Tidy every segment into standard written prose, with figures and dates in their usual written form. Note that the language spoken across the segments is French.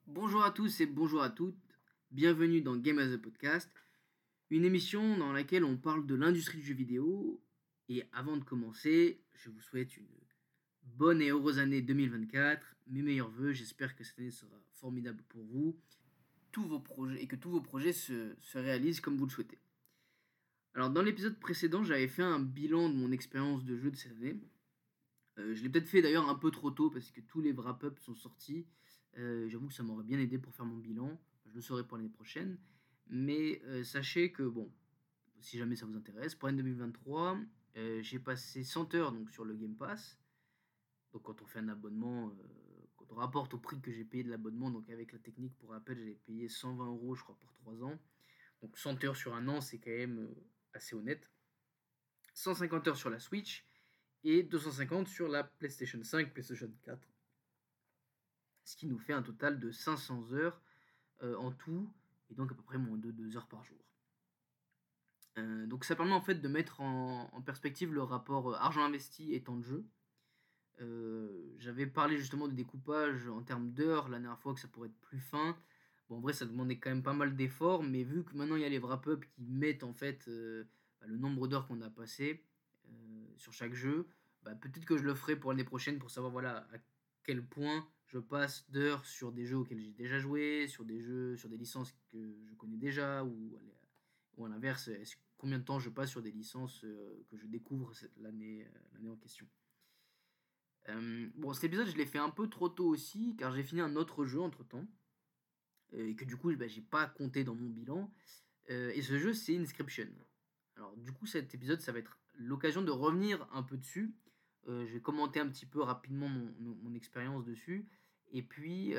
Bonjour à tous et bonjour à toutes, bienvenue dans Game as a Podcast, une émission dans laquelle on parle de l'industrie du jeu vidéo. Et avant de commencer, je vous souhaite une bonne et heureuse année 2024, mes meilleurs voeux, j'espère que cette année sera formidable pour vous, tous vos projets, et que tous vos projets se réalisent comme vous le souhaitez. Alors dans l'épisode précédent, j'avais fait un bilan de mon expérience de jeu de cette année. Je l'ai peut-être fait d'ailleurs un peu trop tôt parce que tous les wrap-up sont sortis. J'avoue que ça m'aurait bien aidé pour faire mon bilan. Je le saurai pour l'année prochaine. Mais sachez que, bon, si jamais ça vous intéresse, pour l'année 2023, j'ai passé 100 heures donc, sur le Game Pass. Donc quand on fait un abonnement, quand on rapporte au prix que j'ai payé de l'abonnement, donc avec la technique, pour rappel, j'ai payé 120 € je crois pour 3 ans. Donc 100 heures sur un an, c'est quand même assez honnête. 150 heures sur la Switch et 250 sur la PlayStation 5, PlayStation 4. Ce qui nous fait un total de 500 heures en tout, et donc à peu près moins de 2 heures par jour. Donc ça permet en fait de mettre en perspective le rapport argent investi et temps de jeu. J'avais parlé justement de découpage en termes d'heures la dernière fois, que ça pourrait être plus fin. Bon, en vrai, ça demandait quand même pas mal d'efforts, mais vu que maintenant il y a les wrap-up qui mettent en fait le nombre d'heures qu'on a passé sur chaque jeu, peut-être que je le ferai pour l'année prochaine pour savoir voilà à quel point je passe d'heures sur des jeux auxquels j'ai déjà joué, sur des jeux, sur des licences que je connais déjà, ou à l'inverse, combien de temps je passe sur des licences que je découvre l'année en question. Bon, cet épisode, je l'ai fait un peu trop tôt aussi, car j'ai fini un autre jeu entre temps, et que du coup, j'ai pas compté dans mon bilan. Et ce jeu, c'est Inscription. Alors, du coup, cet épisode, ça va être l'occasion de revenir un peu dessus. Je vais commenter un petit peu rapidement mon expérience dessus. Et puis,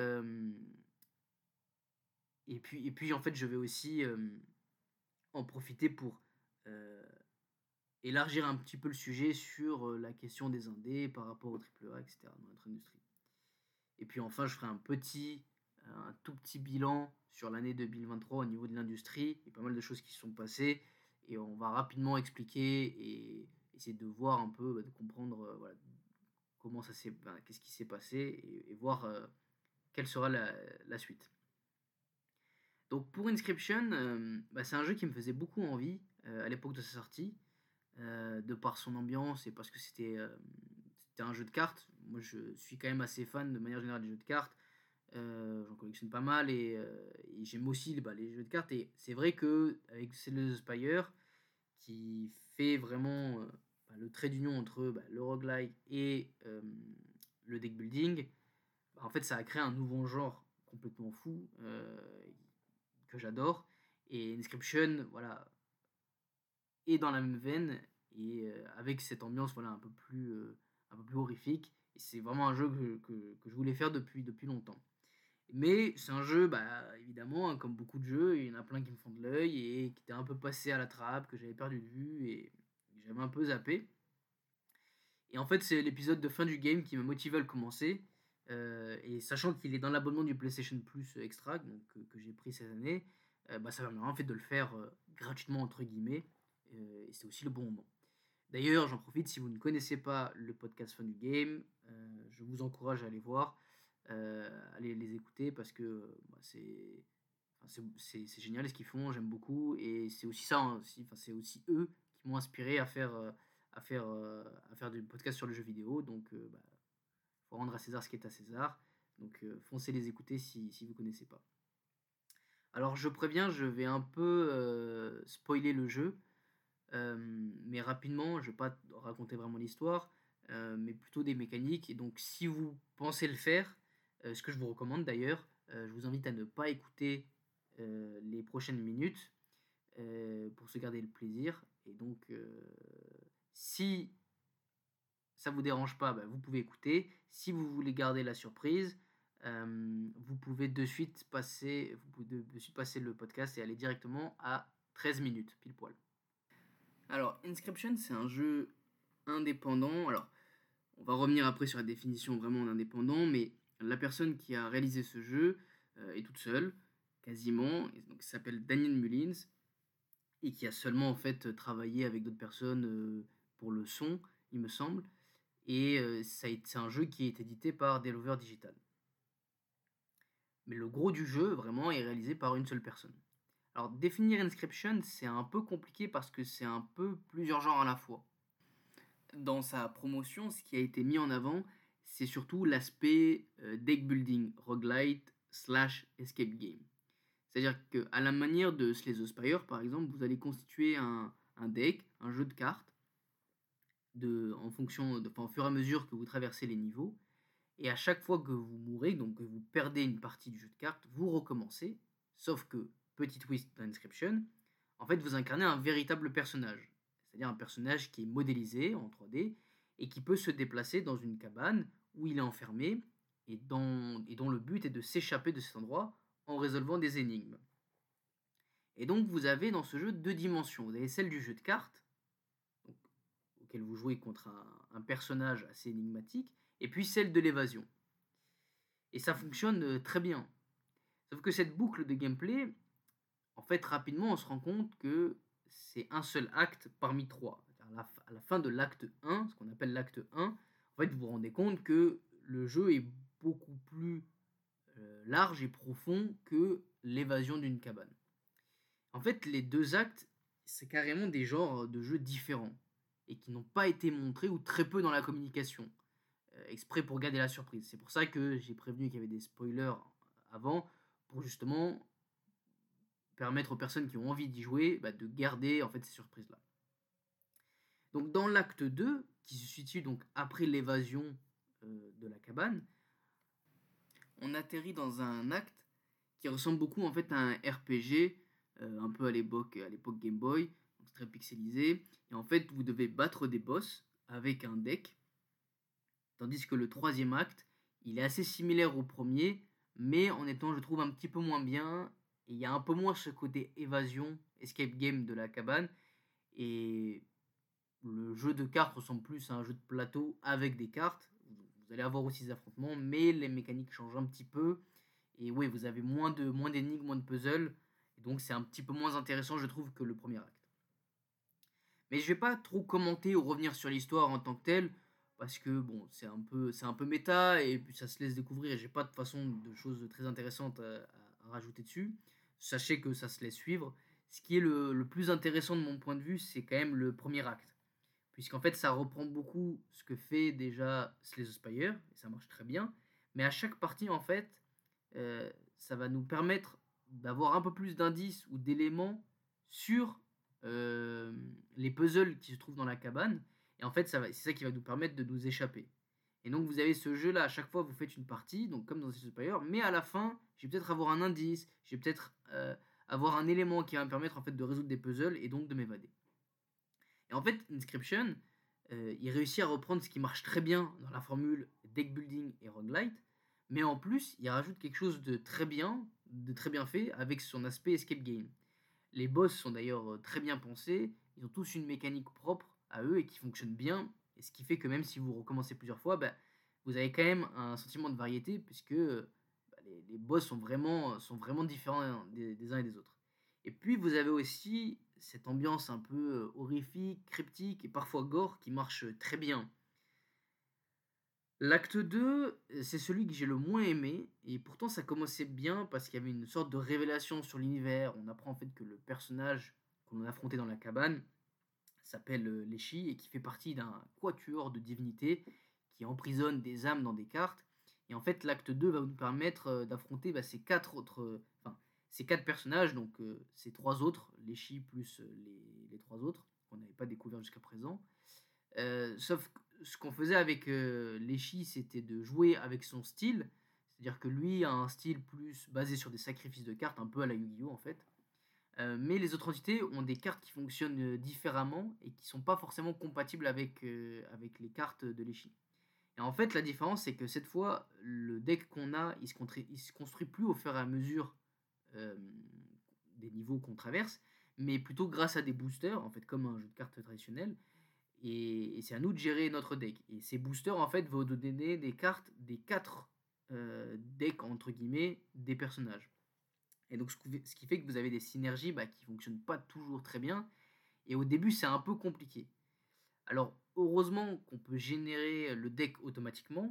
en fait, je vais aussi en profiter pour euh, élargir un petit peu le sujet sur la question des indés par rapport au AAA, etc. dans notre industrie. Et puis enfin, je ferai un tout petit bilan sur l'année 2023 au niveau de l'industrie. Il y a pas mal de choses qui se sont passées et on va rapidement expliquer et essayer de voir un peu, de comprendre voilà, comment ça s'est, qu'est-ce qui s'est passé et voir quelle sera la suite. Donc pour Inscription, c'est un jeu qui me faisait beaucoup envie à l'époque de sa sortie, de par son ambiance et parce que c'était un jeu de cartes. Moi je suis quand même assez fan de manière générale des jeux de cartes. J'en collectionne pas mal et j'aime aussi les jeux de cartes. Et c'est vrai que avec Slay the Spire, qui fait vraiment le trait d'union entre le roguelike et le deck building, en fait ça a créé un nouveau genre complètement fou que j'adore. Et Inscription, voilà, est dans la même veine et avec cette ambiance voilà un peu plus horrifique. Et c'est vraiment un jeu que je voulais faire depuis longtemps. Mais c'est un jeu, évidemment, hein, comme beaucoup de jeux, il y en a plein qui me font de l'œil et qui étaient un peu passé à la trappe, que j'avais perdu de vue et que j'avais un peu zappé. Et en fait, c'est l'épisode de fin du game qui m'a motivé à le commencer. Et sachant qu'il est dans l'abonnement du PlayStation Plus Extra, donc, que j'ai pris cette année, ça permet en fait de le faire gratuitement, entre guillemets. Et c'est aussi le bon moment. D'ailleurs, j'en profite, si vous ne connaissez pas le podcast Fin du Game, je vous encourage à aller voir, aller les écouter parce que c'est génial ce qu'ils font, j'aime beaucoup. Et c'est aussi ça, hein, c'est aussi eux qui m'ont inspiré à faire du podcast sur le jeu vidéo. Donc, faut rendre à César ce qui est à César. Donc, foncez les écouter si vous ne connaissez pas. Alors, je préviens, je vais un peu spoiler le jeu. Mais rapidement, je ne vais pas raconter vraiment l'histoire, mais plutôt des mécaniques. Et donc, si vous pensez le faire, ce que je vous recommande d'ailleurs, je vous invite à ne pas écouter les prochaines minutes pour se garder le plaisir. Et donc, si ça vous dérange pas, vous pouvez écouter. Si vous voulez garder la surprise, vous pouvez de suite passer le podcast et aller directement à 13 minutes, pile poil. Alors, Inscription, c'est un jeu indépendant. Alors, on va revenir après sur la définition vraiment d'indépendant, mais la personne qui a réalisé ce jeu est toute seule, quasiment. Et donc, s'appelle Daniel Mullins et qui a seulement en fait travaillé avec d'autres personnes pour le son, il me semble. Et c'est un jeu qui est édité par Devolver Digital. mais le gros du jeu, vraiment, est réalisé par une seule personne. Alors, définir Inscription, c'est un peu compliqué parce que c'est un peu plusieurs genres à la fois. Dans sa promotion, ce qui a été mis en avant, c'est surtout l'aspect deck building, roguelite / escape game. C'est-à-dire qu'à la manière de Slay the Spire, par exemple, vous allez constituer un deck, un jeu de cartes, au fur et à mesure que vous traversez les niveaux. Et à chaque fois que vous mourrez, donc que vous perdez une partie du jeu de cartes, vous recommencez. Sauf que, petit twist d'Inscription, en fait, vous incarnez un véritable personnage. C'est-à-dire un personnage qui est modélisé en 3D et qui peut se déplacer dans une cabane où il est enfermé et dont le but est de s'échapper de cet endroit en résolvant des énigmes. Et donc, vous avez dans ce jeu 2 dimensions. Vous avez celle du jeu de cartes, donc, auquel vous jouez contre un personnage assez énigmatique, et puis celle de l'évasion. Et ça fonctionne très bien. Sauf que cette boucle de gameplay, en fait, rapidement, on se rend compte que c'est un seul acte parmi 3. À la fin de l'acte 1, ce qu'on appelle l'acte 1, en fait, vous vous rendez compte que le jeu est beaucoup plus large et profond que l'évasion d'une cabane. En fait, les 2 actes, c'est carrément des genres de jeux différents et qui n'ont pas été montrés ou très peu dans la communication, exprès pour garder la surprise. C'est pour ça que j'ai prévenu qu'il y avait des spoilers avant, pour justement permettre aux personnes qui ont envie d'y jouer de garder en fait ces surprises-là. Donc dans l'acte 2, qui se situe donc après l'évasion de la cabane, on atterrit dans un acte qui ressemble beaucoup en fait à un RPG, un peu à l'époque Game Boy, donc très pixelisé. Et en fait, vous devez battre des boss avec un deck, tandis que le 3e acte, il est assez similaire au premier, mais en étant, je trouve, un petit peu moins bien. Et il y a un peu moins ce côté évasion, escape game de la cabane. Et le jeu de cartes ressemble plus à un jeu de plateau avec des cartes. Vous allez avoir aussi des affrontements, mais les mécaniques changent un petit peu. Et oui, vous avez moins d'énigmes, moins de puzzles. Et donc c'est un petit peu moins intéressant, je trouve, que le premier acte. Mais je vais pas trop commenter ou revenir sur l'histoire en tant que telle, parce que bon, c'est un peu méta, et puis ça se laisse découvrir, et j'ai pas de façon de choses très intéressantes à rajouter dessus. Sachez que ça se laisse suivre. Ce qui est le plus intéressant de mon point de vue, c'est quand même le premier acte. Puisqu'en fait, ça reprend beaucoup ce que fait déjà Slay the Spire, et ça marche très bien. Mais à chaque partie, en fait, ça va nous permettre d'avoir un peu plus d'indices ou d'éléments sur les puzzles qui se trouvent dans la cabane. Et en fait, c'est ça qui va nous permettre de nous échapper. Et donc, vous avez ce jeu-là, à chaque fois, vous faites une partie, donc comme dans Slay the Spire, mais à la fin, je vais peut-être avoir un indice, je vais peut-être avoir un élément qui va me permettre en fait de résoudre des puzzles et donc de m'évader. Et en fait, Inscription, il réussit à reprendre ce qui marche très bien dans la formule deck building et roguelite, mais en plus, il rajoute quelque chose de très bien fait avec son aspect escape game. Les boss sont d'ailleurs très bien pensés, ils ont tous une mécanique propre à eux et qui fonctionne bien, et ce qui fait que même si vous recommencez plusieurs fois, vous avez quand même un sentiment de variété, puisque les boss sont vraiment différents des uns et des autres. Et puis vous avez aussi cette ambiance un peu horrifique, cryptique et parfois gore qui marche très bien. L'acte 2, c'est celui que j'ai le moins aimé, et pourtant ça commençait bien parce qu'il y avait une sorte de révélation sur l'univers. On apprend en fait que le personnage qu'on a affronté dans la cabane s'appelle Leshy et qui fait partie d'un quatuor de divinités qui emprisonne des âmes dans des cartes. Et en fait, l'acte 2 va nous permettre d'affronter ces 4 personnages, donc ces 3 autres, Leshy plus les 3 autres qu'on n'avait pas découvert jusqu'à présent. Sauf que ce qu'on faisait avec Leshy, c'était de jouer avec son style. C'est-à-dire que lui a un style plus basé sur des sacrifices de cartes, un peu à la Yu-Gi-Oh en fait. Mais les autres entités ont des cartes qui fonctionnent différemment et qui sont pas forcément compatibles avec les cartes de Leshy. Et en fait, la différence, c'est que cette fois, le deck qu'on a, il se construit plus au fur et à mesure euh, des niveaux qu'on traverse, mais plutôt grâce à des boosters, en fait, comme un jeu de cartes traditionnel. Et c'est à nous de gérer notre deck. Et ces boosters, en fait, vont nous donner des cartes des 4 decks, entre guillemets, des personnages. Et donc, ce qui fait que vous avez des synergies qui fonctionnent pas toujours très bien. Et au début, c'est un peu compliqué. Alors, heureusement qu'on peut générer le deck automatiquement,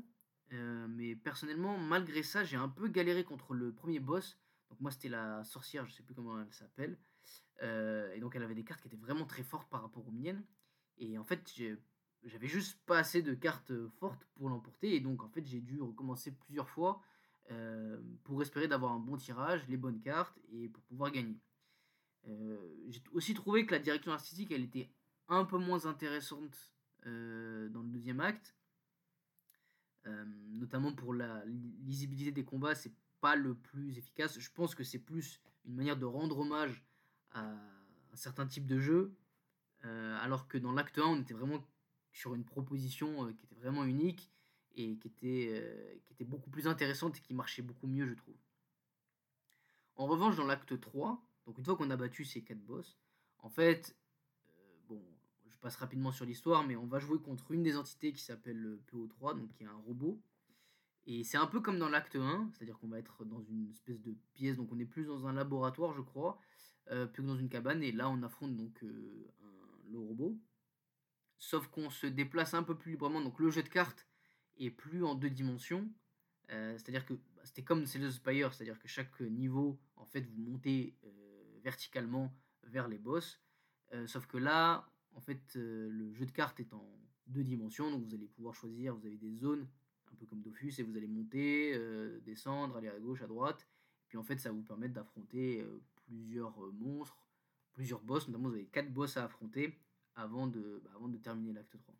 Mais personnellement, malgré ça, j'ai un peu galéré contre le premier boss. Donc moi, c'était la sorcière, je sais plus comment elle s'appelle. Et donc elle avait des cartes qui étaient vraiment très fortes par rapport aux miennes. Et en fait, j'avais juste pas assez de cartes fortes pour l'emporter. Et donc en fait, j'ai dû recommencer plusieurs fois pour espérer d'avoir un bon tirage, les bonnes cartes et pour pouvoir gagner. J'ai aussi trouvé que la direction artistique, elle était un peu moins intéressante dans le deuxième acte. Notamment pour la lisibilité des combats, c'est pas le plus efficace. Je pense que c'est plus une manière de rendre hommage à un certain type de jeu, alors que dans l'acte 1, on était vraiment sur une proposition qui était vraiment unique et qui était beaucoup plus intéressante et qui marchait beaucoup mieux, je trouve. En revanche, dans l'acte 3, donc une fois qu'on a battu ces 4 boss, en fait, bon, je passe rapidement sur l'histoire, mais on va jouer contre une des entités qui s'appelle PO3, donc qui est un robot. Et c'est un peu comme dans l'acte 1, c'est-à-dire qu'on va être dans une espèce de pièce, donc on est plus dans un laboratoire, je crois, plus que dans une cabane, et là on affronte donc le robot. Sauf qu'on se déplace un peu plus librement, donc le jeu de cartes est plus en 2 dimensions. C'est-à-dire que c'était comme Slay the Spire, c'est-à-dire que chaque niveau, en fait, vous montez verticalement vers les boss. Sauf que là, en fait, le jeu de cartes est en 2 dimensions, donc vous allez pouvoir choisir, vous avez des zones, un peu comme Dofus, et vous allez monter, descendre, aller à gauche, à droite. Et puis en fait, ça va vous permettre d'affronter plusieurs monstres, plusieurs boss, notamment vous avez 4 boss à affronter avant de terminer l'acte 3.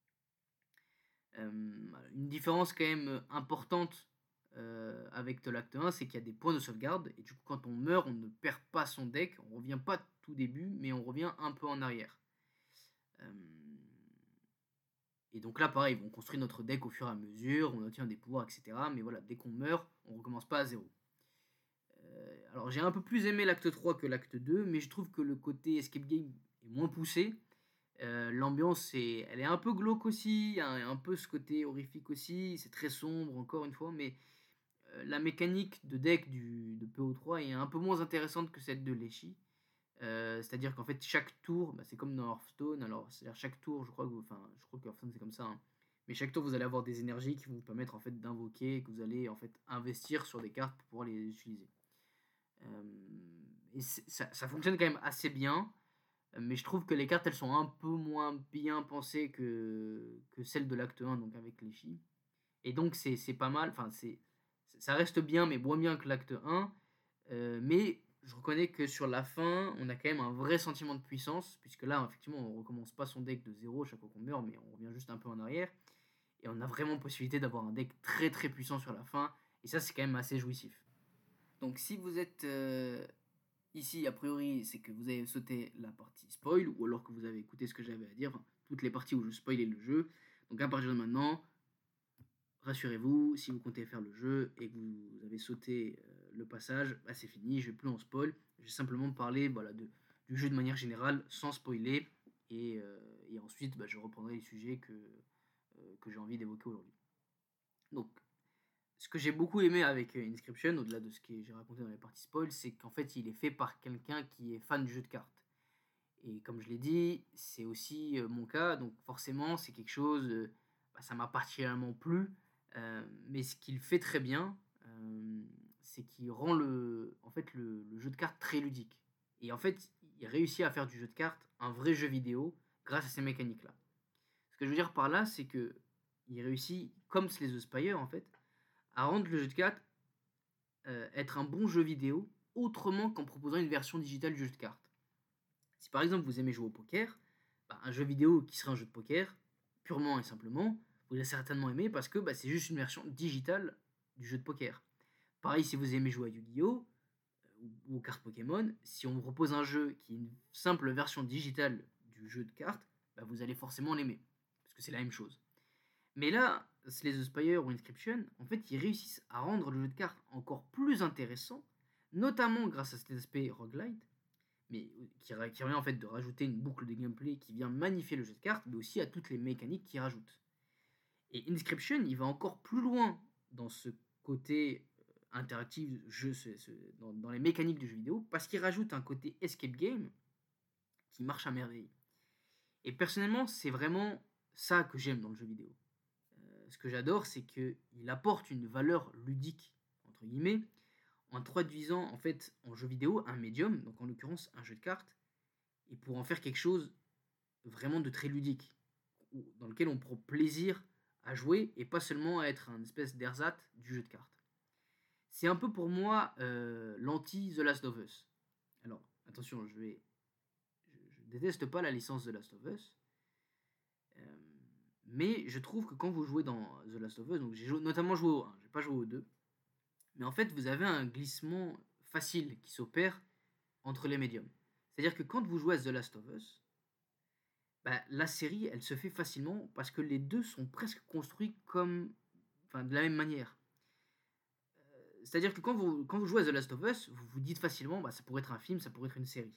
Une différence quand même importante avec l'acte 1, c'est qu'il y a des points de sauvegarde, et du coup quand on meurt, on ne perd pas son deck, on revient pas tout début, mais on revient un peu en arrière. Et donc là pareil, on construit notre deck au fur et à mesure, on obtient des pouvoirs, etc. Mais voilà, dès qu'on meurt, on recommence pas à zéro. Alors j'ai un peu plus aimé l'acte 3 que l'acte 2, mais je trouve que le côté escape game est moins poussé. L'ambiance, elle est un peu glauque aussi, il y a un peu ce côté horrifique aussi, c'est très sombre encore une fois, mais la mécanique de deck de PO3 est un peu moins intéressante que celle de Leshy. C'est-à-dire qu'en fait, chaque tour, c'est comme dans Hearthstone, alors c'est-à-dire chaque tour, je crois que Hearthstone c'est comme ça, hein, mais chaque tour vous allez avoir des énergies qui vont vous permettre en fait d'invoquer, que vous allez en fait investir sur des cartes pour pouvoir les utiliser. Et ça fonctionne quand même assez bien. Mais je trouve que les cartes, elles sont un peu moins bien pensées que celles de l'acte 1, donc avec les chi. Et donc, c'est pas mal. Enfin, ça reste bien, mais moins bien que l'acte 1. Mais je reconnais que sur la fin, on a quand même un vrai sentiment de puissance, puisque là, effectivement, on recommence pas son deck de zéro chaque fois qu'on meurt, mais on revient juste un peu en arrière. Et on a vraiment possibilité d'avoir un deck très très puissant sur la fin. Et ça, c'est quand même assez jouissif. Donc, si vous êtes ici, a priori, c'est que vous avez sauté la partie spoil, ou alors que vous avez écouté ce que j'avais à dire, enfin, toutes les parties où je spoilais le jeu. Donc à partir de maintenant, rassurez-vous, si vous comptez faire le jeu et que vous avez sauté le passage, c'est fini, je vais plus en spoil. Je vais simplement parler du jeu de manière générale, sans spoiler, et ensuite je reprendrai les sujets que j'ai envie d'évoquer aujourd'hui. Donc, ce que j'ai beaucoup aimé avec Inscription, au-delà de ce que j'ai raconté dans les parties spoil, c'est qu'en fait il est fait par quelqu'un qui est fan du jeu de cartes. Et comme je l'ai dit, c'est aussi mon cas, donc forcément c'est quelque chose, ça m'a particulièrement plu, mais ce qu'il fait très bien, c'est qu'il rend le jeu de cartes très ludique. Et en fait, il réussit à faire du jeu de cartes un vrai jeu vidéo grâce à ces mécaniques-là. Ce que je veux dire par là, c'est que il réussit, comme Slay the Spire en fait, à rendre le jeu de cartes être un bon jeu vidéo autrement qu'en proposant une version digitale du jeu de cartes. Si par exemple vous aimez jouer au poker, un jeu vidéo qui serait un jeu de poker, purement et simplement, vous allez certainement aimer parce que c'est juste une version digitale du jeu de poker. Pareil si vous aimez jouer à Yu-Gi-Oh! Ou aux cartes Pokémon, si on vous propose un jeu qui est une simple version digitale du jeu de cartes, vous allez forcément l'aimer, parce que c'est la même chose. Mais là, Slay the Spire ou Inscription, en fait, ils réussissent à rendre le jeu de cartes encore plus intéressant, notamment grâce à cet aspect roguelite, mais qui permet en fait de rajouter une boucle de gameplay qui vient magnifier le jeu de cartes, mais aussi à toutes les mécaniques qu'il rajoute. Et Inscription, il va encore plus loin dans ce côté interactif dans les mécaniques du jeu vidéo, parce qu'il rajoute un côté escape game qui marche à merveille. Et personnellement, c'est vraiment ça que j'aime dans le jeu vidéo. ce que j'adore, c'est qu'il apporte une valeur ludique, entre guillemets, en traduisant en fait en jeu vidéo un médium, donc en l'occurrence un jeu de cartes, et pour en faire quelque chose vraiment de très ludique, dans lequel on prend plaisir à jouer et pas seulement à être un espèce d'ersatz du jeu de cartes. C'est un peu pour moi l'anti The Last of Us. Alors attention, je déteste pas la licence The Last of Us, euh, mais je trouve que quand vous jouez dans The Last of Us, donc notamment joué au 1, j'ai pas joué au 2, mais en fait vous avez un glissement facile qui s'opère entre les médiums. C'est-à-dire que quand vous jouez à The Last of Us, bah, la série, elle se fait facilement parce que les deux sont presque construits comme, enfin, de la même manière. C'est-à-dire que quand vous jouez à The Last of Us, vous vous dites facilement, bah, ça pourrait être un film, ça pourrait être une série.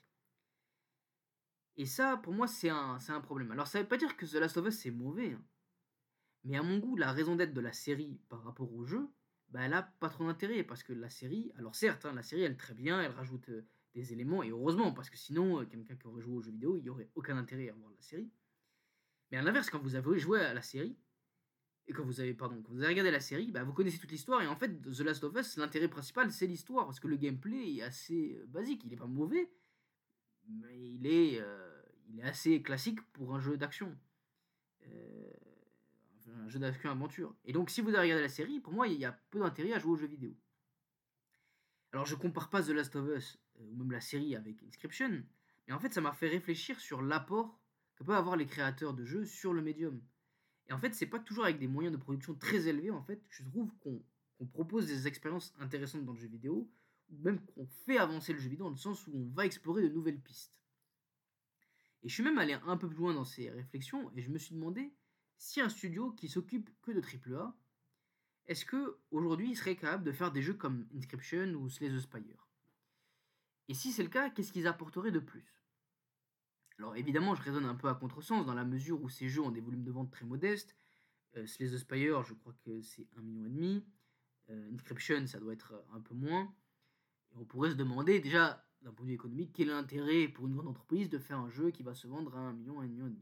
Et ça, pour moi, c'est un problème. Alors, ça veut pas dire que The Last of Us, c'est mauvais, hein. Mais à mon goût, la raison d'être de la série par rapport au jeu, bah, elle a pas trop d'intérêt. Parce que la série, alors certes, hein, la série, elle est très bien, elle rajoute des éléments, et heureusement, parce que sinon, quelqu'un qui aurait joué aux jeux vidéo, il n'y aurait aucun intérêt à voir la série. Mais à l'inverse, quand vous avez joué à la série, et quand vous avez regardé la série, bah, vous connaissez toute l'histoire, et en fait, The Last of Us, l'intérêt principal, c'est l'histoire, parce que le gameplay est assez basique, il est pas mauvais, mais il est assez classique pour un jeu d'action. Euh, un jeu d'action aventure. Et donc, si vous avez regardé la série, pour moi, il y a peu d'intérêt à jouer aux jeux vidéo. Alors, je compare pas The Last of Us, ou même la série avec Inscription, mais en fait, ça m'a fait réfléchir sur l'apport que peuvent avoir les créateurs de jeux sur le médium. Et en fait, c'est pas toujours avec des moyens de production très élevés, en fait, je trouve qu'on propose des expériences intéressantes dans le jeu vidéo, ou même qu'on fait avancer le jeu vidéo dans le sens où on va explorer de nouvelles pistes. Et je suis même allé un peu plus loin dans ces réflexions, et je me suis demandé si un studio qui s'occupe que de AAA, est-ce que aujourd'hui il serait capable de faire des jeux comme Inscription ou Slay the Spire? Et si c'est le cas, qu'est-ce qu'ils apporteraient de plus? Alors évidemment, je raisonne un peu à contresens dans la mesure où ces jeux ont des volumes de vente très modestes. Slay the Spire, je crois que c'est 1,5 million. Inscription, ça doit être un peu moins. Et on pourrait se demander déjà, d'un point de vue économique, quel est l'intérêt pour une grande entreprise de faire un jeu qui va se vendre à 1 million, 1,5 million.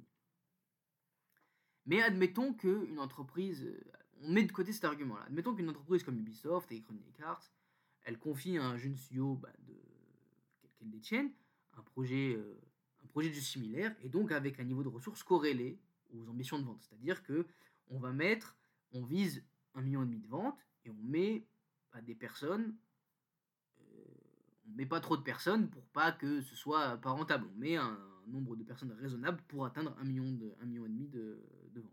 Mais admettons qu'une entreprise, on met de côté cet argument-là, admettons qu'une entreprise comme Ubisoft, Electronic Arts, elle confie à un jeune studio qu'elle détienne un projet de jeu similaire, et donc avec un niveau de ressources corrélé aux ambitions de vente. C'est-à-dire que on vise 1,5 million de ventes, et on met des personnes, on met pas trop de personnes pour pas que ce soit pas rentable. On met un nombre de personnes raisonnable pour atteindre 1,5 million de ventes.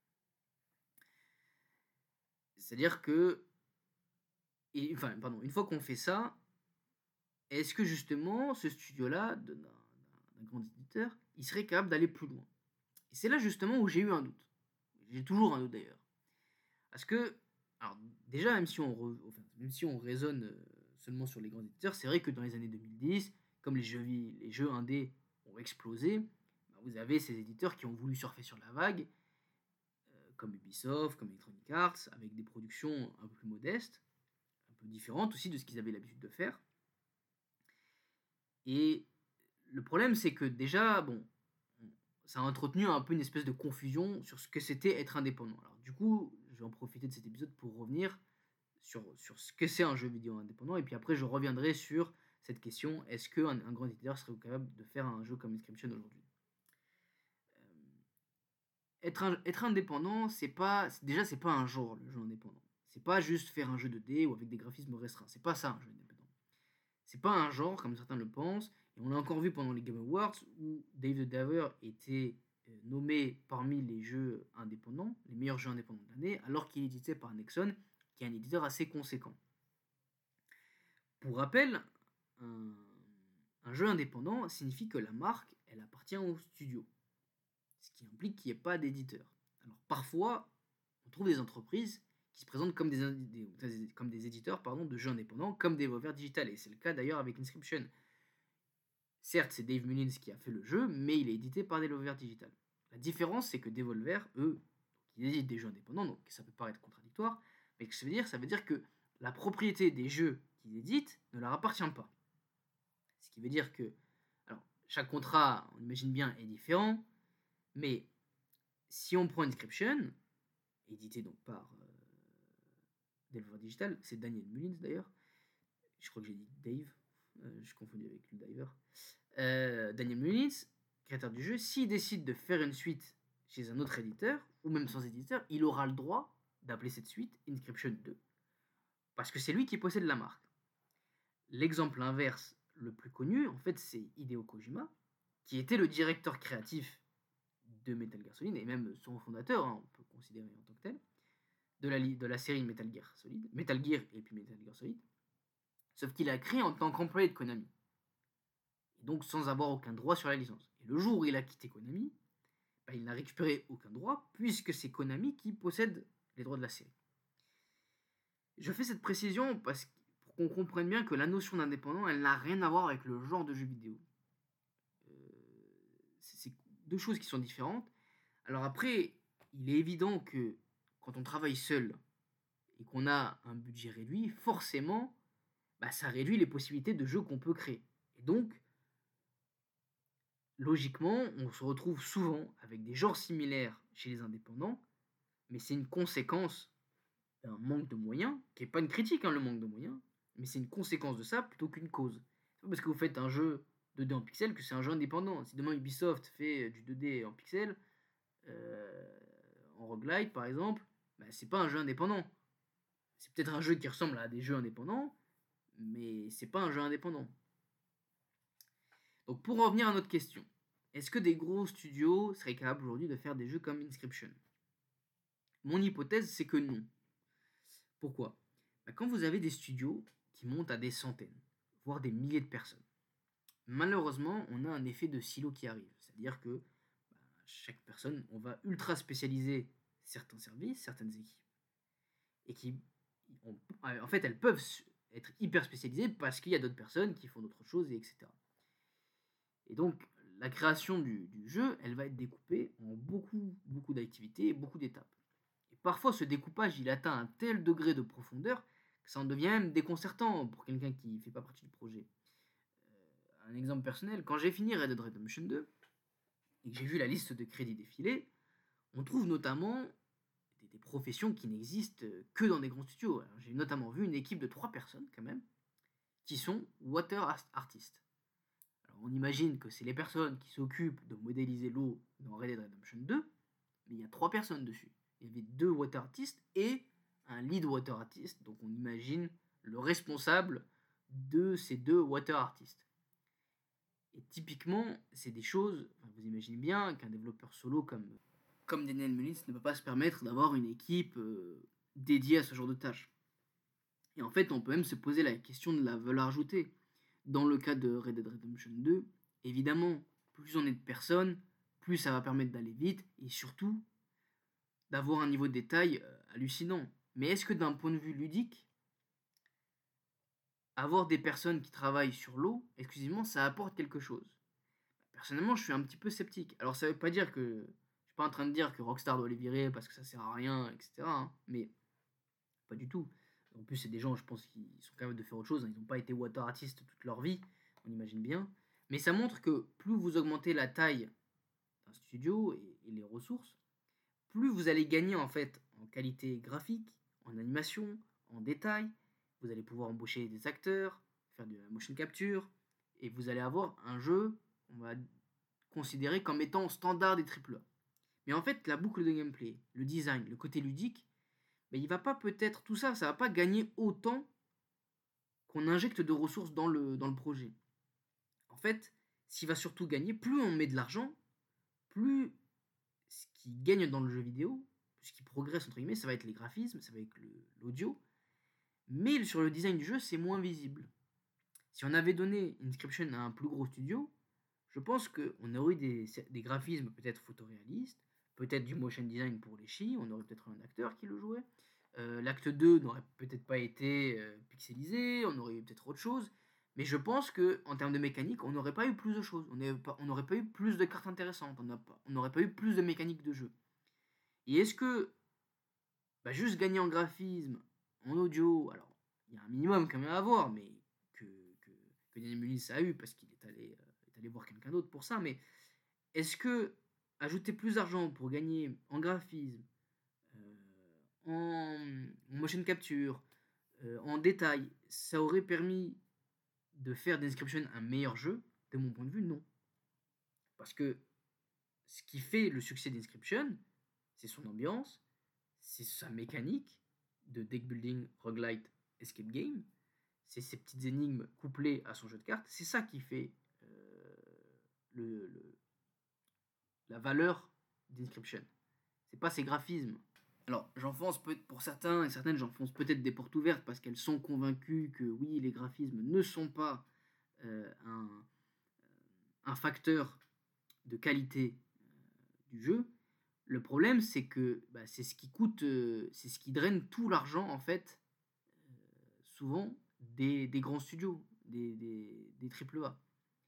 C'est-à-dire que, une fois qu'on fait ça, est-ce que justement ce studio-là, d'un grand éditeur, il serait capable d'aller plus loin? Et c'est là justement où j'ai eu un doute. J'ai toujours un doute d'ailleurs. Parce que, alors déjà, même si on raisonne seulement sur les grands éditeurs, c'est vrai que dans les années 2010, comme les jeux indés ont explosé, vous avez ces éditeurs qui ont voulu surfer sur la vague, comme Ubisoft, comme Electronic Arts, avec des productions un peu plus modestes, un peu différentes aussi de ce qu'ils avaient l'habitude de faire. Et le problème, c'est que déjà, ça a entretenu un peu une espèce de confusion sur ce que c'était être indépendant. Alors du coup, je vais en profiter de cet épisode pour revenir sur ce que c'est un jeu vidéo indépendant, et puis après je reviendrai sur cette question, est-ce qu'un grand éditeur serait capable de faire un jeu comme Inscription aujourd'hui? Être indépendant, c'est pas un genre, le jeu indépendant. C'est pas juste faire un jeu de dés ou avec des graphismes restreints. C'est pas ça un jeu indépendant. C'est pas un genre comme certains le pensent. Et on l'a encore vu pendant les Game Awards où Dave the Diver était nommé parmi les jeux indépendants, les meilleurs jeux indépendants de l'année, alors qu'il est édité par Nexon, qui est un éditeur assez conséquent. Pour rappel, un jeu indépendant signifie que la marque, elle appartient au studio, ce qui implique qu'il n'y ait pas d'éditeur. Alors parfois, on trouve des entreprises qui se présentent comme des éditeurs de jeux indépendants, comme Devolver Digital, et c'est le cas d'ailleurs avec Inscription. Certes, c'est Dave Mullins qui a fait le jeu, mais il est édité par Devolver Digital. La différence, c'est que Devolver, eux, ils éditent des jeux indépendants, donc ça peut paraître contradictoire, mais ce que ça veut dire que la propriété des jeux qu'ils éditent ne leur appartient pas. Ce qui veut dire que, alors, chaque contrat, on imagine bien, est différent, mais si on prend Inscription, édité donc par Delver Digital. C'est Daniel Mullins d'ailleurs. Je crois que j'ai dit Dave. Je suis confondu avec le Diver. Daniel Mullins, créateur du jeu, s'il décide de faire une suite chez un autre éditeur, ou même sans éditeur, il aura le droit d'appeler cette suite Inscription 2. Parce que c'est lui qui possède la marque. L'exemple inverse le plus connu, en fait, c'est Hideo Kojima, qui était le directeur créatif de Metal Gear Solid, et même son fondateur, on peut considérer en tant que tel, de la série Metal Gear Solid, Metal Gear et puis Metal Gear Solid, sauf qu'il a créé en tant qu'employé de Konami, et donc sans avoir aucun droit sur la licence. Et le jour où il a quitté Konami, il n'a récupéré aucun droit, puisque c'est Konami qui possède les droits de la série. Je fais cette précision pour qu'on comprenne bien que la notion d'indépendant, elle n'a rien à voir avec le genre de jeu vidéo. C'est deux choses qui sont différentes. Alors après, il est évident que quand on travaille seul et qu'on a un budget réduit, forcément, ça réduit les possibilités de jeux qu'on peut créer. Et donc, logiquement, on se retrouve souvent avec des genres similaires chez les indépendants, mais c'est une conséquence d'un manque de moyens, qui n'est pas une critique, le manque de moyens, mais c'est une conséquence de ça plutôt qu'une cause. C'est pas parce que vous faites un jeu 2D en pixels que c'est un jeu indépendant. Si demain Ubisoft fait du 2D en pixels, en roguelite par exemple, c'est pas un jeu indépendant. C'est peut-être un jeu qui ressemble à des jeux indépendants, mais c'est pas un jeu indépendant. Donc pour revenir à notre question, est-ce que des gros studios seraient capables aujourd'hui de faire des jeux comme Inscription? Mon hypothèse, c'est que non. Pourquoi? Quand vous avez des studios qui montent à des centaines, voire des milliers de personnes, malheureusement, on a un effet de silo qui arrive. C'est-à-dire que chaque personne, on va ultra spécialiser certains services, certaines équipes, et qui, en fait, elles peuvent être hyper spécialisées parce qu'il y a d'autres personnes qui font d'autres choses, etc. Et donc, la création du jeu, elle va être découpée en beaucoup d'activités et beaucoup d'étapes. Et parfois, ce découpage, il atteint un tel degré de profondeur que ça en devient même déconcertant pour quelqu'un qui ne fait pas partie du projet. Un exemple personnel, quand j'ai fini Red Dead Redemption 2 et que j'ai vu la liste de crédits défiler, on trouve notamment des professions qui n'existent que dans des grands studios. Alors, j'ai notamment vu une équipe de 3 personnes quand même, qui sont water artists. Alors, on imagine que c'est les personnes qui s'occupent de modéliser l'eau dans Red Dead Redemption 2, mais il y a 3 personnes dessus. Il y avait 2 water artists et un lead water artist, donc on imagine le responsable de ces 2 water artists. Et typiquement, c'est des choses, vous imaginez bien qu'un développeur solo comme Daniel Mullins ne peut pas se permettre d'avoir une équipe dédiée à ce genre de tâches. Et en fait, on peut même se poser la question de la valeur ajoutée. Dans le cas de Red Dead Redemption 2, évidemment, plus on est de personnes, plus ça va permettre d'aller vite et surtout d'avoir un niveau de détail hallucinant. Mais est-ce que d'un point de vue ludique, avoir des personnes qui travaillent sur l'eau, exclusivement, ça apporte quelque chose? Personnellement, je suis un petit peu sceptique. Alors, ça veut pas dire que... Je suis pas en train de dire que Rockstar doit les virer parce que ça sert à rien, etc. Mais pas du tout. En plus, c'est des gens, je pense, qui sont capables de faire autre chose. Ils n'ont pas été water artistes toute leur vie, on imagine bien. Mais ça montre que plus vous augmentez la taille d'un studio et les ressources, plus vous allez gagner en fait en qualité graphique, en animation, en détail. Vous allez pouvoir embaucher des acteurs, faire de la motion capture, et vous allez avoir un jeu, on va considérer comme étant standard des AAA. Mais en fait, la boucle de gameplay, le design, le côté ludique, il va pas peut-être, tout ça, ça va pas gagner autant qu'on injecte de ressources dans le projet. En fait, ce qui va surtout gagner, plus on met de l'argent, plus ce qui gagne dans le jeu vidéo, ce qui progresse entre guillemets, ça va être les graphismes, ça va être l'audio, mais sur le design du jeu, c'est moins visible. Si on avait donné Inscription à un plus gros studio, je pense qu'on aurait eu des graphismes peut-être photoréalistes, peut-être du motion design pour les chi, on aurait peut-être un acteur qui le jouait. L'acte 2 n'aurait peut-être pas été pixelisé, on aurait eu peut-être autre chose. Mais je pense qu'en termes de mécanique, on n'aurait pas eu plus de choses. On n'aurait pas eu plus de cartes intéressantes. On n'aurait pas eu plus de mécaniques de jeu. Et est-ce que juste gagner en graphisme, en audio, alors il y a un minimum quand même à avoir, mais que Daniel Mullins a eu parce qu'il est allé voir quelqu'un d'autre pour ça. Mais est-ce que ajouter plus d'argent pour gagner en graphisme, en motion capture, en détail, ça aurait permis de faire d'Inscription un meilleur jeu? De mon point de vue, non. Parce que ce qui fait le succès d'Inscription, c'est son ambiance, c'est sa mécanique de deck building, roguelite, escape game, c'est ces petites énigmes couplées à son jeu de cartes, c'est ça qui fait le, la valeur d'Inscription. C'est pas ses graphismes. Alors, j'enfonce pour certains et certaines, j'enfonce peut-être des portes ouvertes parce qu'elles sont convaincues que oui, les graphismes ne sont pas un facteur de qualité du jeu. Le problème, c'est que c'est ce qui coûte, c'est ce qui draine tout l'argent en fait, souvent des grands studios, des AAA.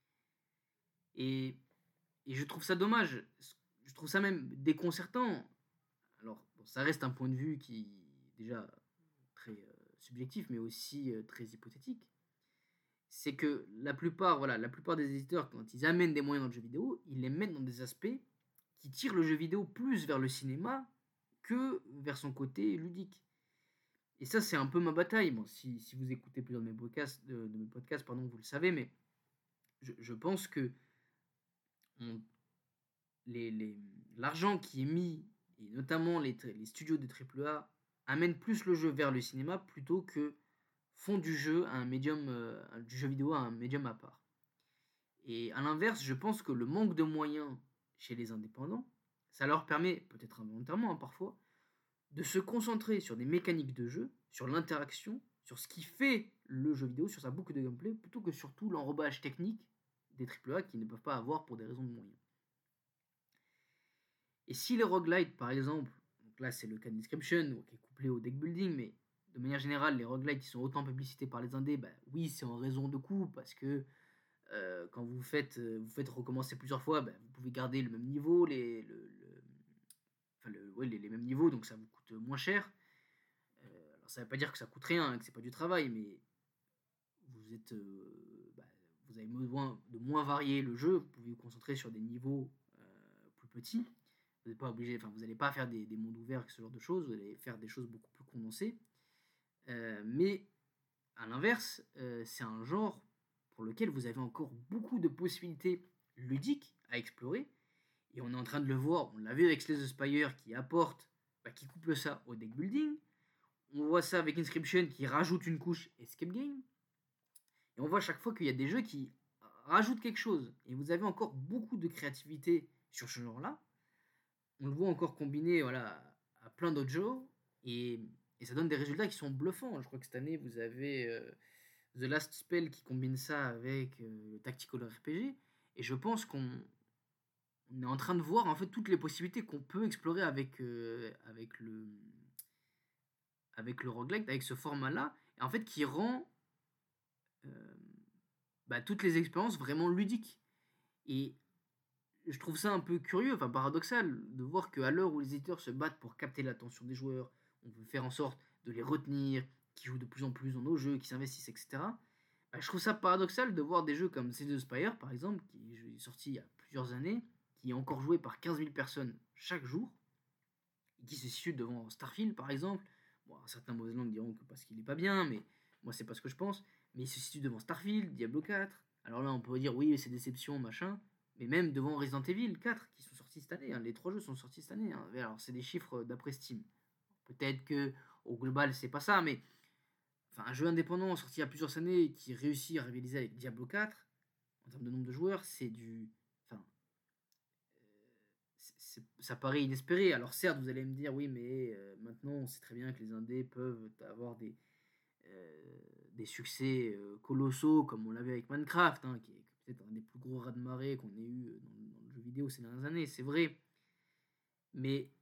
Et je trouve ça dommage. Je trouve ça même déconcertant. Alors, bon, ça reste un point de vue qui est déjà très subjectif, mais aussi très hypothétique. C'est que la plupart des éditeurs, quand ils amènent des moyens dans le jeu vidéo, ils les mettent dans des aspects qui tirent le jeu vidéo plus vers le cinéma que vers son côté ludique. Et ça, c'est un peu ma bataille. Bon, si vous écoutez plusieurs de mes podcasts, vous le savez, mais je pense que l'argent qui est mis, et notamment les studios de AAA, amènent plus le jeu vers le cinéma plutôt que font du jeu à un médium, du jeu vidéo à un médium à part. Et à l'inverse, je pense que le manque de moyens chez les indépendants, ça leur permet, peut-être involontairement parfois, de se concentrer sur des mécaniques de jeu, sur l'interaction, sur ce qui fait le jeu vidéo, sur sa boucle de gameplay, plutôt que sur tout l'enrobage technique des AAA qui ne peuvent pas avoir pour des raisons de moyens. Et si les roguelites, par exemple, donc là c'est le cas d'Inscription, qui est couplé au deck building, mais de manière générale, les roguelites qui sont autant publicités par les indés, oui, c'est en raison de coût, parce que quand vous faites recommencer plusieurs fois, vous pouvez garder le même niveau, les mêmes niveaux, donc ça vous coûte moins cher. Alors ça ne veut pas dire que ça coûte rien, que c'est pas du travail, mais vous avez besoin de moins varier le jeu, vous pouvez vous concentrer sur des niveaux plus petits. Vous n'êtes pas obligé, vous n'allez pas faire des mondes ouverts, ce genre de choses, vous allez faire des choses beaucoup plus condensées. Mais à l'inverse, c'est un genre pour lequel vous avez encore beaucoup de possibilités ludiques à explorer. Et on est en train de le voir, on l'a vu avec Slay the Spire qui apporte, qui couple ça au deck building. On voit ça avec Inscription qui rajoute une couche escape game. Et on voit à chaque fois qu'il y a des jeux qui rajoutent quelque chose. Et vous avez encore beaucoup de créativité sur ce genre-là. On le voit encore combiné à plein d'autres jeux. Et ça donne des résultats qui sont bluffants. Je crois que cette année, vous avez The Last Spell qui combine ça avec le Tactical RPG. Et je pense qu'on est en train de voir en fait toutes les possibilités qu'on peut explorer avec le roguelike, avec ce format-là, et en fait qui rend toutes les expériences vraiment ludiques. Et je trouve ça un peu curieux, paradoxal, de voir qu'à l'heure où les éditeurs se battent pour capter l'attention des joueurs, on veut faire en sorte de les retenir, qui jouent de plus en plus dans nos jeux, qui s'investissent, etc. Je trouve ça paradoxal de voir des jeux comme Slay the Spire, par exemple, qui est sorti il y a plusieurs années, qui est encore joué par 15 000 personnes chaque jour, et qui se situe devant Starfield, par exemple. Bon, certains mauvaises langues diront que parce qu'il n'est pas bien, mais moi, c'est pas ce que je pense. Mais il se situe devant Starfield, Diablo 4. Alors là, on pourrait dire, oui, c'est déception, machin. Mais même devant Resident Evil 4, qui sont sortis cette année. Les 3 jeux sont sortis cette année. Alors, c'est des chiffres d'après Steam. Peut-être que au global, c'est pas ça, mais un jeu indépendant sorti il y a plusieurs années qui réussit à rivaliser avec Diablo 4, en termes de nombre de joueurs, c'est du... ça paraît inespéré. Alors certes, vous allez me dire, oui, mais maintenant, on sait très bien que les indés peuvent avoir des succès colossaux, comme on l'avait avec Minecraft, qui est peut-être un des plus gros raz-de-marée qu'on ait eu dans le jeu vidéo ces dernières années, c'est vrai. Mais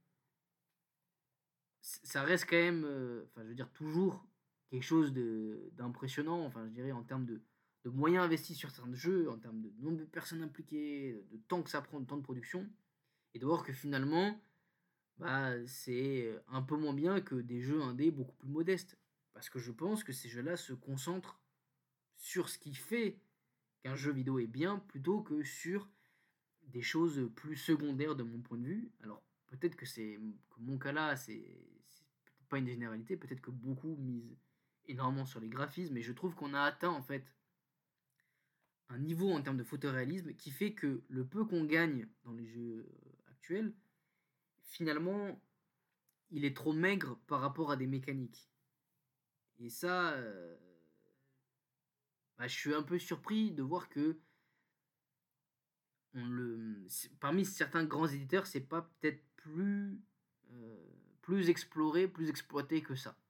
ça reste quand même, je veux dire, toujours quelque chose d'impressionnant, je dirais, en termes de moyens investis sur certains jeux, en termes de nombre de personnes impliquées, de temps que ça prend, de temps de production, et de voir que finalement, c'est un peu moins bien que des jeux indés beaucoup plus modestes. Parce que je pense que ces jeux-là se concentrent sur ce qui fait qu'un jeu vidéo est bien, plutôt que sur des choses plus secondaires de mon point de vue. Alors peut-être que mon cas là, c'est pas une généralité, peut-être que beaucoup misent énormément sur les graphismes, mais je trouve qu'on a atteint en fait un niveau en termes de photoréalisme qui fait que le peu qu'on gagne dans les jeux actuels, finalement, il est trop maigre par rapport à des mécaniques. Et ça, je suis un peu surpris de voir que parmi certains grands éditeurs, c'est pas peut-être plus exploré, plus exploité que ça.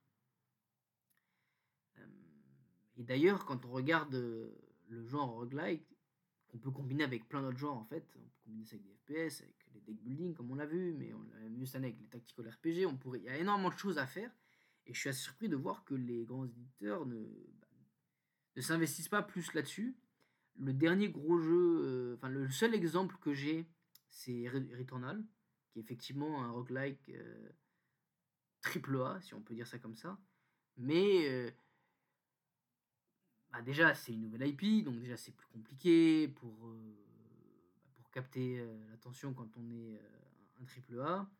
Et d'ailleurs, quand on regarde le genre roguelike, qu'on peut combiner avec plein d'autres genres en fait, on peut combiner ça avec des FPS, avec les deck building comme on l'a vu, mais on l'a vu cette année avec les tactical RPG, il y a énormément de choses à faire, et je suis assez surpris de voir que les grands éditeurs ne s'investissent pas plus là-dessus. Le dernier gros jeu, le seul exemple que j'ai, c'est Returnal, qui est effectivement un roguelike triple A, si on peut dire ça comme ça. Mais déjà, c'est une nouvelle IP, donc déjà c'est plus compliqué pour capter l'attention quand on est un triple A.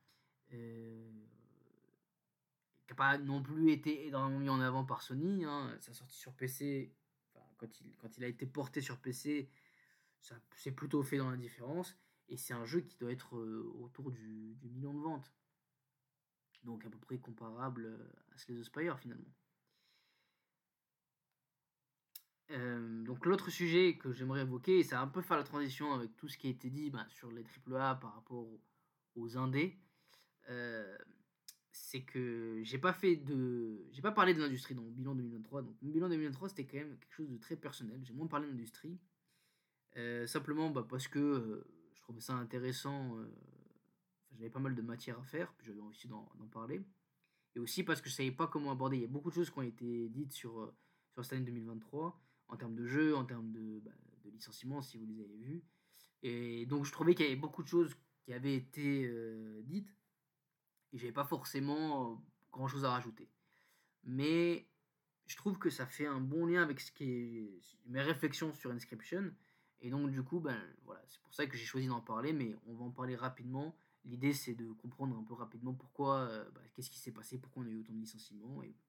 Qui n'a pas non plus été énormément mis en avant par Sony. Sa sortie sur PC, quand il a été porté sur PC, ça s'est plutôt fait dans l'indifférence. Et c'est un jeu qui doit être autour du million de ventes. Donc à peu près comparable à Slay the Spire finalement. Donc l'autre sujet que j'aimerais évoquer, et ça va un peu faire la transition avec tout ce qui a été dit sur les AAA par rapport aux indés, c'est que j'ai pas parlé de l'industrie dans mon bilan 2023. Donc mon bilan 2023 c'était quand même quelque chose de très personnel. J'ai moins parlé de l'industrie, simplement parce que je trouvais ça intéressant. J'avais pas mal de matière à faire, puis j'avais envie d'en parler. Et aussi parce que je savais pas comment aborder. Il y a beaucoup de choses qui ont été dites sur cette année 2023, en termes de jeux, en termes de licenciements, si vous les avez vus. Et donc je trouvais qu'il y avait beaucoup de choses qui avaient été dites, et j'avais pas forcément grand chose à rajouter. Mais je trouve que ça fait un bon lien avec ce qui est mes réflexions sur Inscription. Et donc du coup, voilà, c'est pour ça que j'ai choisi d'en parler, mais on va en parler rapidement. L'idée c'est de comprendre un peu rapidement pourquoi, qu'est-ce qui s'est passé, pourquoi on a eu autant de licenciements, et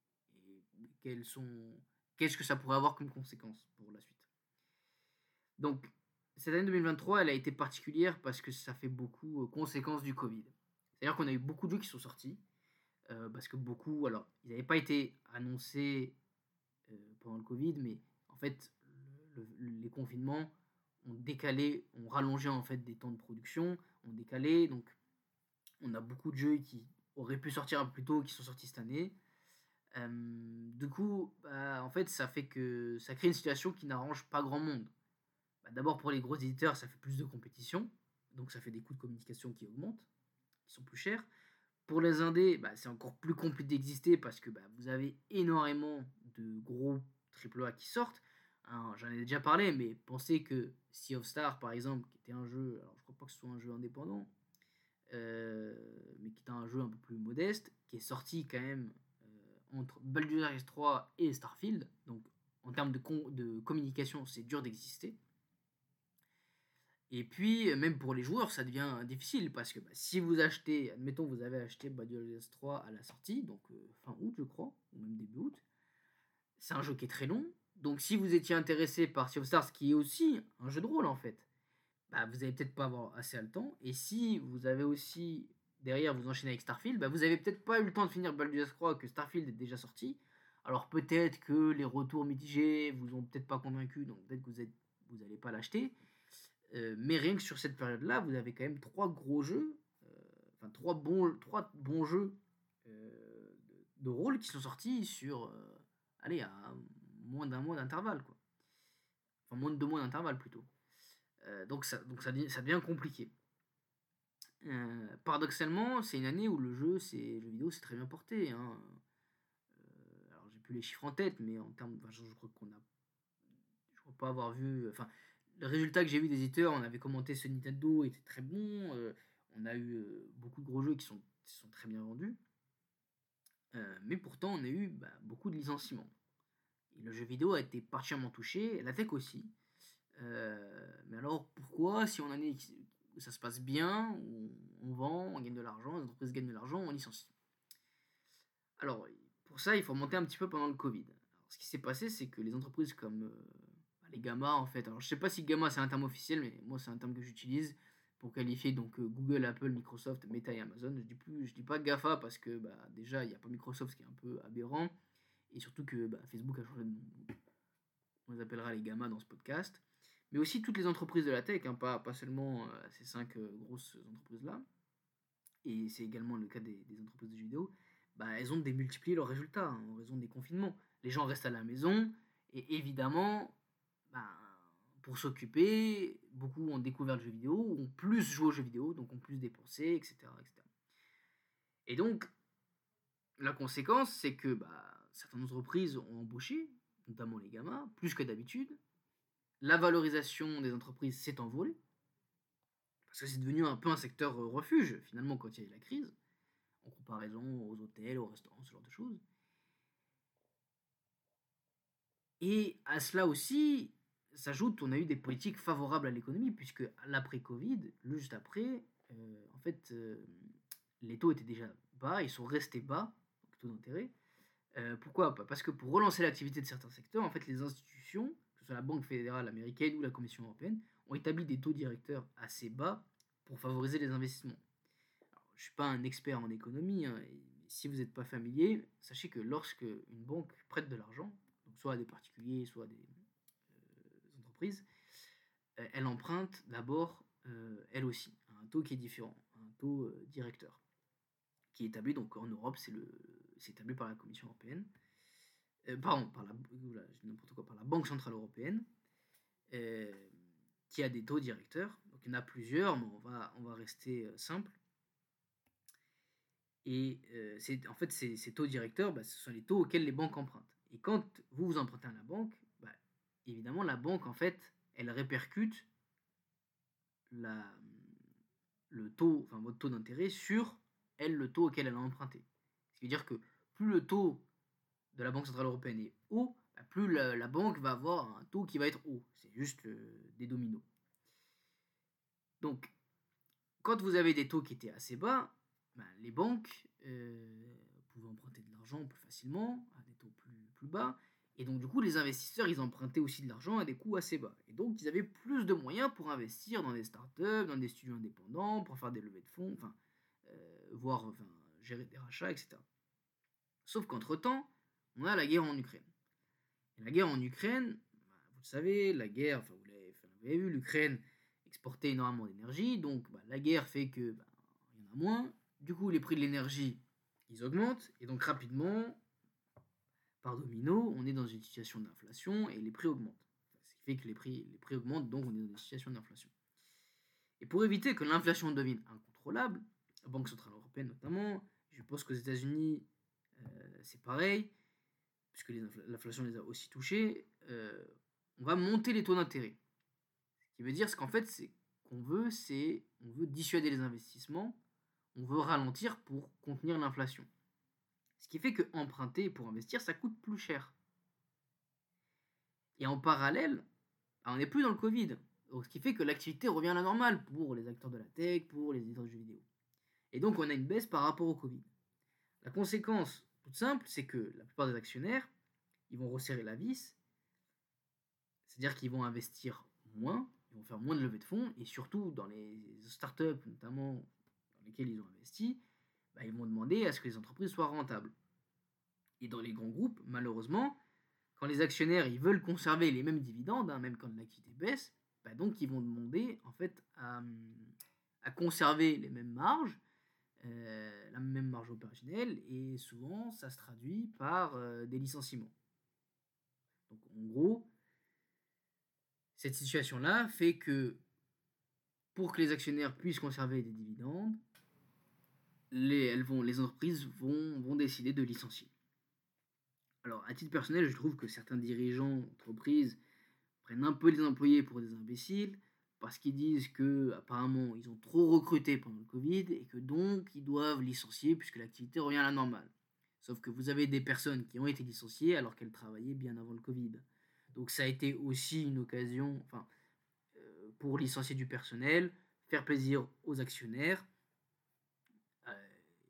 qu'est-ce que ça pourrait avoir comme conséquence pour la suite. Donc cette année 2023, elle a été particulière parce que ça fait beaucoup conséquences du Covid. C'est-à-dire qu'on a eu beaucoup de jeux qui sont sortis, parce que beaucoup, alors ils n'avaient pas été annoncés pendant le Covid, mais en fait les confinements ont rallongé en fait des temps de production, ont décalé, donc on a beaucoup de jeux qui auraient pu sortir un peu plus tôt, qui sont sortis cette année. Du coup, en fait, ça fait que ça crée une situation qui n'arrange pas grand monde. D'abord, pour les gros éditeurs, ça fait plus de compétition, donc ça fait des coûts de communication qui augmentent, qui sont plus chers. Pour les indés, c'est encore plus compliqué d'exister parce que vous avez énormément de gros AAA qui sortent. J'en ai déjà parlé, mais pensez que Sea of Stars, par exemple, qui était un jeu, alors je crois pas que ce soit un jeu indépendant, mais qui était un jeu un peu plus modeste, qui est sorti quand même entre Baldur's Gate 3 et Starfield. Donc en termes de communication, c'est dur d'exister. Et puis, même pour les joueurs, ça devient difficile parce que si vous achetez, admettons, vous avez acheté Baldur's Gate 3 à la sortie, donc fin août, je crois, ou même début août, c'est un jeu qui est très long. Donc, si vous étiez intéressé par Sea of Stars, qui est aussi un jeu de rôle en fait, vous n'allez peut-être pas avoir assez le temps. Et si vous avez aussi derrière vous enchaînez avec Starfield, vous n'avez peut-être pas eu le temps de finir Baldur's Gate 3, que Starfield est déjà sorti. Alors peut-être que les retours mitigés vous ont peut-être pas convaincu, donc peut-être que vous n'allez pas l'acheter. Mais rien que sur cette période-là, vous avez quand même trois gros jeux, trois bons jeux de rôle qui sont sortis sur, allez, à moins d'un mois d'intervalle, quoi. Enfin, moins de 2 mois d'intervalle plutôt. Donc ça devient compliqué. Paradoxalement, c'est une année où le jeu vidéo s'est très bien porté. Alors j'ai plus les chiffres en tête, mais en termes, je crois je crois pas avoir vu. Le résultat que j'ai vu des éditeurs, on avait commenté ce Nintendo était très bon. On a eu beaucoup de gros jeux qui sont très bien vendus. Mais pourtant, on a eu beaucoup de licenciements. Et le jeu vidéo a été particulièrement touché, la tech aussi. Mais alors pourquoi, si on a une année où ça se passe bien, où on vend, on gagne de l'argent, les entreprises gagnent de l'argent, on licencie? Alors, pour ça, il faut remonter un petit peu pendant le Covid. Alors, ce qui s'est passé, c'est que les entreprises comme les Gamma, en fait, alors je sais pas si Gamma c'est un terme officiel, mais moi c'est un terme que j'utilise pour qualifier donc Google, Apple, Microsoft, Meta et Amazon. Je dis pas GAFA parce que bah, déjà il n'y a pas Microsoft, ce qui est un peu aberrant, et surtout que bah, Facebook a changé de nom. On les appellera les Gamma dans ce podcast. Mais aussi toutes les entreprises de la tech, hein, pas seulement ces 5 grosses entreprises-là, et c'est également le cas des entreprises de jeux vidéo, bah, elles ont démultiplié leurs résultats hein, en raison des confinements. Les gens restent à la maison et évidemment, bah, pour s'occuper, beaucoup ont découvert le jeu vidéo, ont plus joué aux jeux vidéo, donc ont plus dépensé, etc. etc. Et donc, la conséquence, c'est que bah, certaines entreprises ont embauché, notamment les gamins, plus que d'habitude. La valorisation des entreprises s'est envolée, parce que c'est devenu un peu un secteur refuge, finalement, quand il y a eu la crise, en comparaison aux hôtels, aux restaurants, ce genre de choses. Et à cela aussi s'ajoute, on a eu des politiques favorables à l'économie, puisque l'après-Covid, le juste après, en fait, les taux étaient déjà bas, ils sont restés bas, les taux d'intérêt. Pourquoi? Parce que pour relancer l'activité de certains secteurs, en fait, les institutions, que ce soit la Banque fédérale américaine ou la Commission européenne, ont établi des taux directeurs assez bas pour favoriser les investissements. Alors, je ne suis pas un expert en économie, hein, et si vous n'êtes pas familier, sachez que lorsque une banque prête de l'argent, donc soit à des particuliers, soit à des entreprises, elle emprunte d'abord, elle aussi, à un taux qui est différent, un taux directeur, qui est établi donc en Europe, c'est établi par la Commission européenne, pardon, par la Banque centrale européenne, euh, qui a des taux directeurs. Donc il y en a plusieurs, mais on va rester simple. Et en fait, ces taux directeurs, bah, ce sont les taux auxquels les banques empruntent. Et quand vous empruntez à la banque, bah, évidemment, la banque, en fait, elle répercute la, le taux, enfin votre taux d'intérêt sur elle, le taux auquel elle a emprunté. Ce qui veut dire que plus le taux de la Banque Centrale Européenne est haut, bah, plus la banque va avoir un taux qui va être haut. C'est juste des dominos. Donc, quand vous avez des taux qui étaient assez bas, bah, les banques pouvaient emprunter de l'argent plus facilement, à des taux plus bas. Et donc, du coup, les investisseurs, ils empruntaient aussi de l'argent à des coûts assez bas. Et donc, ils avaient plus de moyens pour investir dans des startups, dans des studios indépendants, pour faire des levées de fonds, voire gérer des rachats, etc. Sauf qu'entre-temps, on a la guerre en Ukraine. Et la guerre en Ukraine, bah, vous le savez, la guerre, vous l'avez vu, l'Ukraine exportait énormément d'énergie, donc bah, la guerre fait que bah, il y en a moins. Du coup, les prix de l'énergie, ils augmentent, et donc rapidement, par domino, on est dans une situation d'inflation et les prix augmentent. Ce qui fait que les prix augmentent, donc on est dans une situation d'inflation. Et pour éviter que l'inflation devienne incontrôlable, la Banque Centrale Européenne notamment, je pense qu'aux États-Unis, c'est pareil, puisque l'inflation les a aussi touchés, on va monter les taux d'intérêt. Ce qui veut dire qu'en fait, on veut dissuader les investissements, on veut ralentir pour contenir l'inflation. Ce qui fait que emprunter pour investir, ça coûte plus cher. Et en parallèle, on n'est plus dans le Covid. Donc, ce qui fait que l'activité revient à la normale pour les acteurs de la tech, pour les éditeurs de jeux vidéo. Et donc, on a une baisse par rapport au Covid. La conséquence, toute simple, c'est que la plupart des actionnaires, ils vont resserrer la vis, c'est-à-dire qu'ils vont investir moins, ils vont faire moins de levées de fonds, et surtout dans les startups, notamment dans lesquelles ils ont investi, bah, ils vont demander à ce que les entreprises soient rentables. Et dans les grands groupes, malheureusement, quand les actionnaires ils veulent conserver les mêmes dividendes, hein, même quand l'activité baisse, bah donc ils vont demander en fait à conserver les mêmes marges, la même marge opérationnelle, et souvent ça se traduit par des licenciements. Donc en gros, cette situation-là fait que pour que les actionnaires puissent conserver des dividendes, les entreprises vont décider de licencier. Alors, à titre personnel, je trouve que certains dirigeants d'entreprises prennent un peu les employés pour des imbéciles parce qu'ils disent que apparemment ils ont trop recruté pendant le Covid et que donc ils doivent licencier puisque l'activité revient à la normale. Sauf que vous avez des personnes qui ont été licenciées alors qu'elles travaillaient bien avant le Covid. Donc ça a été aussi une occasion, pour licencier du personnel, faire plaisir aux actionnaires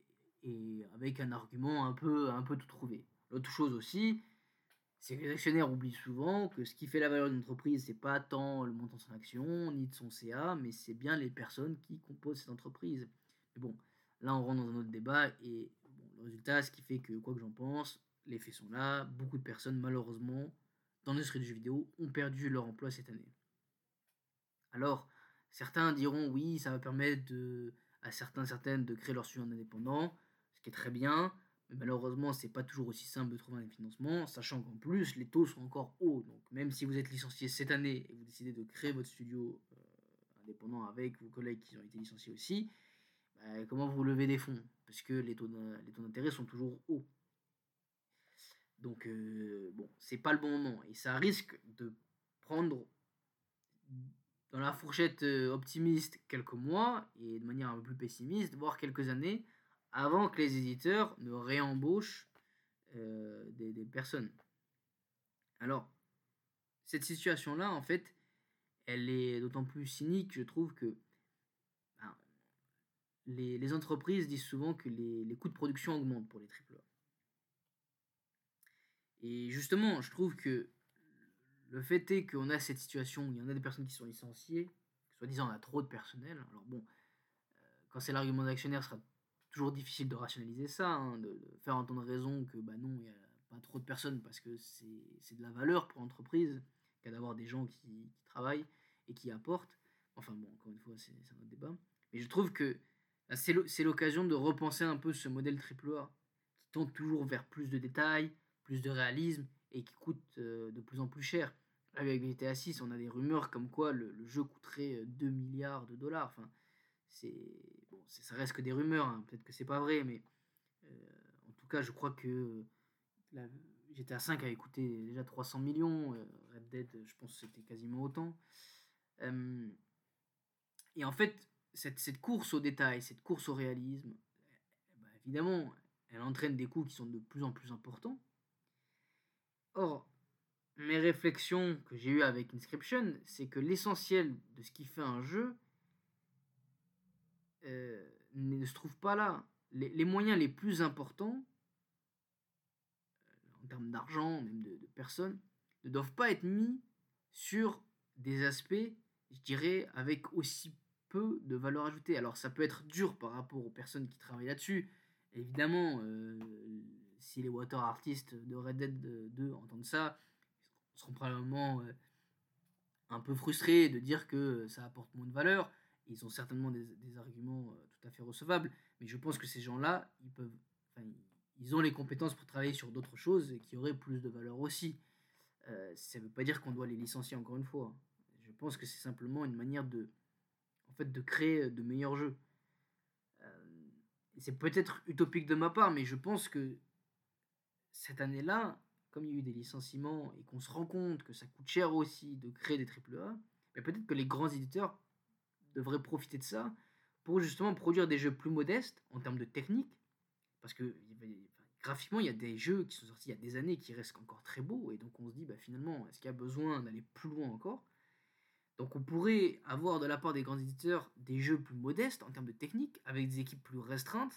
et avec un argument un peu tout trouvé. L'autre chose aussi, c'est que les actionnaires oublient souvent que ce qui fait la valeur d'une entreprise, c'est pas tant le montant de son action, ni de son CA, mais c'est bien les personnes qui composent cette entreprise. Mais bon, là on rentre dans un autre débat, et bon, le résultat, ce qui fait que, quoi que j'en pense, les faits sont là, beaucoup de personnes, malheureusement, dans l'industrie du jeu vidéo, ont perdu leur emploi cette année. Alors, certains diront oui, ça va permettre à certaines de créer leur studio en indépendant, ce qui est très bien, mais malheureusement, c'est pas toujours aussi simple de trouver un financement, sachant qu'en plus, les taux sont encore hauts. Donc, même si vous êtes licencié cette année et vous décidez de créer votre studio indépendant avec vos collègues qui ont été licenciés aussi, bah, comment vous levez des fonds? Parce que les taux d'intérêt sont toujours hauts. Donc, bon, c'est pas le bon moment. Et ça risque de prendre dans la fourchette optimiste quelques mois et de manière un peu plus pessimiste, voire quelques années, avant que les éditeurs ne réembauchent des personnes. Alors, cette situation-là, en fait, elle est d'autant plus cynique, je trouve, que ben, les entreprises disent souvent que les coûts de production augmentent pour les AAA. Et justement, je trouve que le fait est qu'on a cette situation où il y en a des personnes qui sont licenciées, soi-disant on a trop de personnel. Alors bon, quand c'est l'argument d'actionnaire, ce sera toujours difficile de rationaliser ça, hein, de faire entendre raison que bah non, il n'y a pas trop de personnes parce que c'est de la valeur pour l'entreprise qu'à d'avoir des gens qui travaillent et qui apportent. Enfin bon, encore une fois, c'est un autre débat. Mais je trouve que c'est l'occasion de repenser un peu ce modèle AAA qui tend toujours vers plus de détails, plus de réalisme et qui coûte de plus en plus cher. Avec GTA 6, on a des rumeurs comme quoi le jeu coûterait 2 milliards de dollars. Enfin, c'est bon, ça reste que des rumeurs, hein. Peut-être que c'est pas vrai, mais en tout cas, je crois que la GTA 5 avait coûté déjà 300 millions, Red Dead, je pense que c'était quasiment autant. Et en fait, cette course au détail, cette course au réalisme, bah, évidemment, elle entraîne des coûts qui sont de plus en plus importants. Or, mes réflexions que j'ai eues avec Inscription, c'est que l'essentiel de ce qui fait un jeu ne se trouve pas là. Les moyens les plus importants, en termes d'argent, même de personnes, ne doivent pas être mis sur des aspects, je dirais, avec aussi peu de valeur ajoutée. Alors ça peut être dur par rapport aux personnes qui travaillent là-dessus. Évidemment, si les water artists de Red Dead 2 entendent ça, ils seront probablement un peu frustrés de dire que ça apporte moins de valeur. Ils ont certainement des arguments tout à fait recevables, mais je pense que ces gens-là, ils ont les compétences pour travailler sur d'autres choses et qui auraient plus de valeur aussi. Ça ne veut pas dire qu'on doit les licencier encore une fois. Je pense que c'est simplement une manière de créer de meilleurs jeux. C'est peut-être utopique de ma part, mais je pense que cette année-là, comme il y a eu des licenciements et qu'on se rend compte que ça coûte cher aussi de créer des AAA, peut-être que les grands éditeurs devraient profiter de ça pour justement produire des jeux plus modestes en termes de technique, parce que graphiquement, il y a des jeux qui sont sortis il y a des années qui restent encore très beaux, et donc on se dit finalement, est-ce qu'il y a besoin d'aller plus loin encore? Donc on pourrait avoir de la part des grands éditeurs des jeux plus modestes en termes de technique, avec des équipes plus restreintes,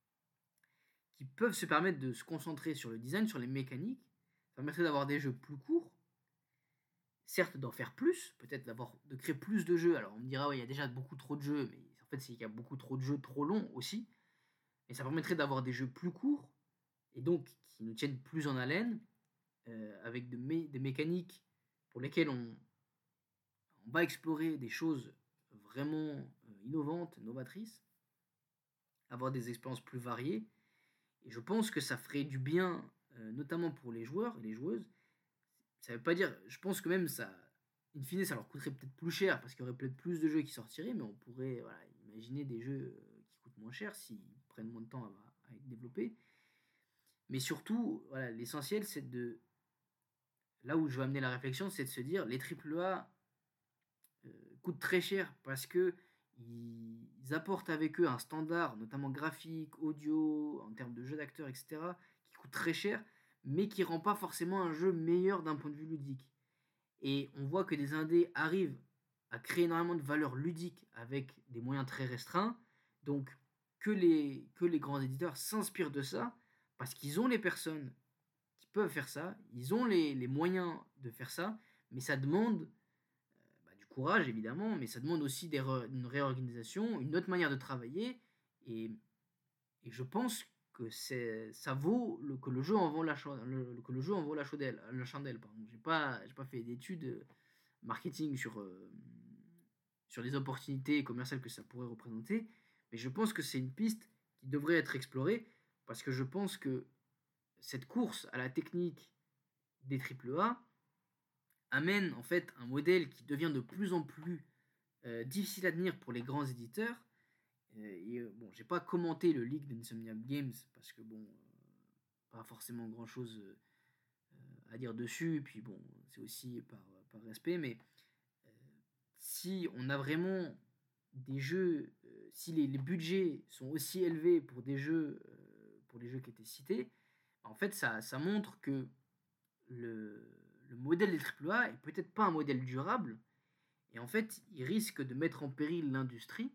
qui peuvent se permettre de se concentrer sur le design, sur les mécaniques. Ça permettrait d'avoir des jeux plus courts, certes d'en faire plus, peut-être de créer plus de jeux. Alors on me dira, ouais, il y a déjà beaucoup trop de jeux, mais en fait c'est qu'il y a beaucoup trop de jeux trop longs aussi. Et ça permettrait d'avoir des jeux plus courts, et donc qui nous tiennent plus en haleine, avec des mécaniques pour lesquelles on va explorer des choses vraiment innovantes, novatrices, avoir des expériences plus variées. Et je pense que ça ferait du bien, notamment pour les joueurs et les joueuses. Ça veut pas dire, je pense que même ça, in fine, ça leur coûterait peut-être plus cher parce qu'il y aurait peut-être plus de jeux qui sortiraient, mais on pourrait imaginer des jeux qui coûtent moins cher s'ils prennent moins de temps à être développés. Mais surtout, l'essentiel, c'est de. Là où je veux amener la réflexion, c'est de se dire les AAA coûtent très cher parce que ils apportent avec eux un standard, notamment graphique, audio, en termes de jeu d'acteurs, etc., qui coûte très cher, mais qui rend pas forcément un jeu meilleur d'un point de vue ludique. Et on voit que des indés arrivent à créer énormément de valeur ludique avec des moyens très restreints. Donc, que les grands éditeurs s'inspirent de ça, parce qu'ils ont les personnes qui peuvent faire ça, ils ont les moyens de faire ça, mais ça demande du courage évidemment, mais ça demande aussi une réorganisation, une autre manière de travailler, et, et je pense que ça vaut que le jeu en vaut que le jeu en vaut la chandelle. Pardon. J'ai pas fait d'études marketing sur les opportunités commerciales que ça pourrait représenter, mais je pense que c'est une piste qui devrait être explorée, parce que je pense que cette course à la technique des AAA amène en fait un modèle qui devient de plus en plus difficile à tenir pour les grands éditeurs. Bon, j'ai pas commenté le leak d'Insomniac Games parce que bon, pas forcément grand chose à dire dessus, et puis bon, c'est aussi par respect, mais si on a vraiment des jeux, si les budgets sont aussi élevés pour les jeux qui étaient cités, en fait, ça montre que le modèle des AAA est peut-être pas un modèle durable, et en fait, il risque de mettre en péril l'industrie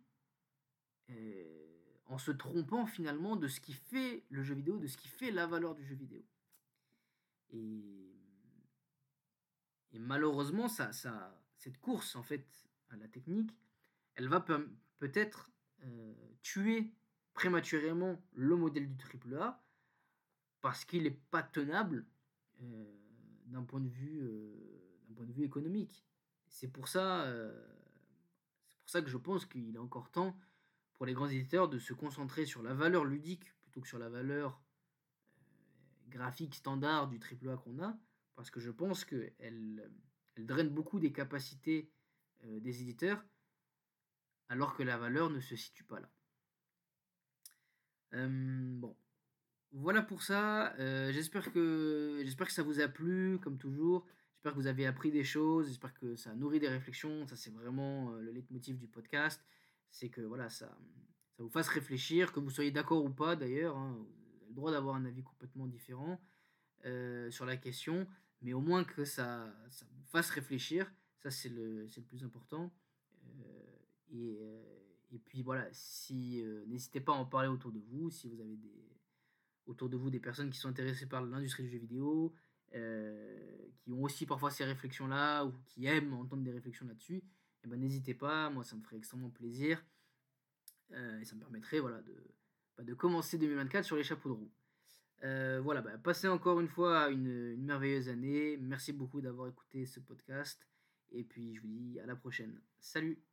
en se trompant finalement de ce qui fait le jeu vidéo, de ce qui fait la valeur du jeu vidéo. Et, et malheureusement, cette course en fait à la technique, elle va peut-être tuer prématurément le modèle du AAA parce qu'il n'est pas tenable d'un point de vue économique. C'est pour ça que je pense qu'il est encore temps pour les grands éditeurs de se concentrer sur la valeur ludique plutôt que sur la valeur graphique standard du AAA qu'on a, parce que je pense qu'elle draine beaucoup des capacités des éditeurs, alors que la valeur ne se situe pas là. Bon, voilà pour ça. J'espère que ça vous a plu, comme toujours. J'espère que vous avez appris des choses. J'espère que ça a nourri des réflexions. Ça, c'est vraiment le leitmotiv du podcast. C'est que voilà, ça vous fasse réfléchir, que vous soyez d'accord ou pas d'ailleurs. Hein, vous avez le droit d'avoir un avis complètement différent sur la question, mais au moins que ça vous fasse réfléchir. Ça, c'est le plus important. Et puis voilà, si n'hésitez pas à en parler autour de vous, si vous avez autour de vous des personnes qui sont intéressées par l'industrie du jeu vidéo, qui ont aussi parfois ces réflexions-là, ou qui aiment entendre des réflexions là-dessus, et ben n'hésitez pas, moi ça me ferait extrêmement plaisir, et ça me permettrait voilà, de commencer 2024 sur les chapeaux de roue. Voilà, passez encore une fois une merveilleuse année, merci beaucoup d'avoir écouté ce podcast, et puis je vous dis à la prochaine. Salut!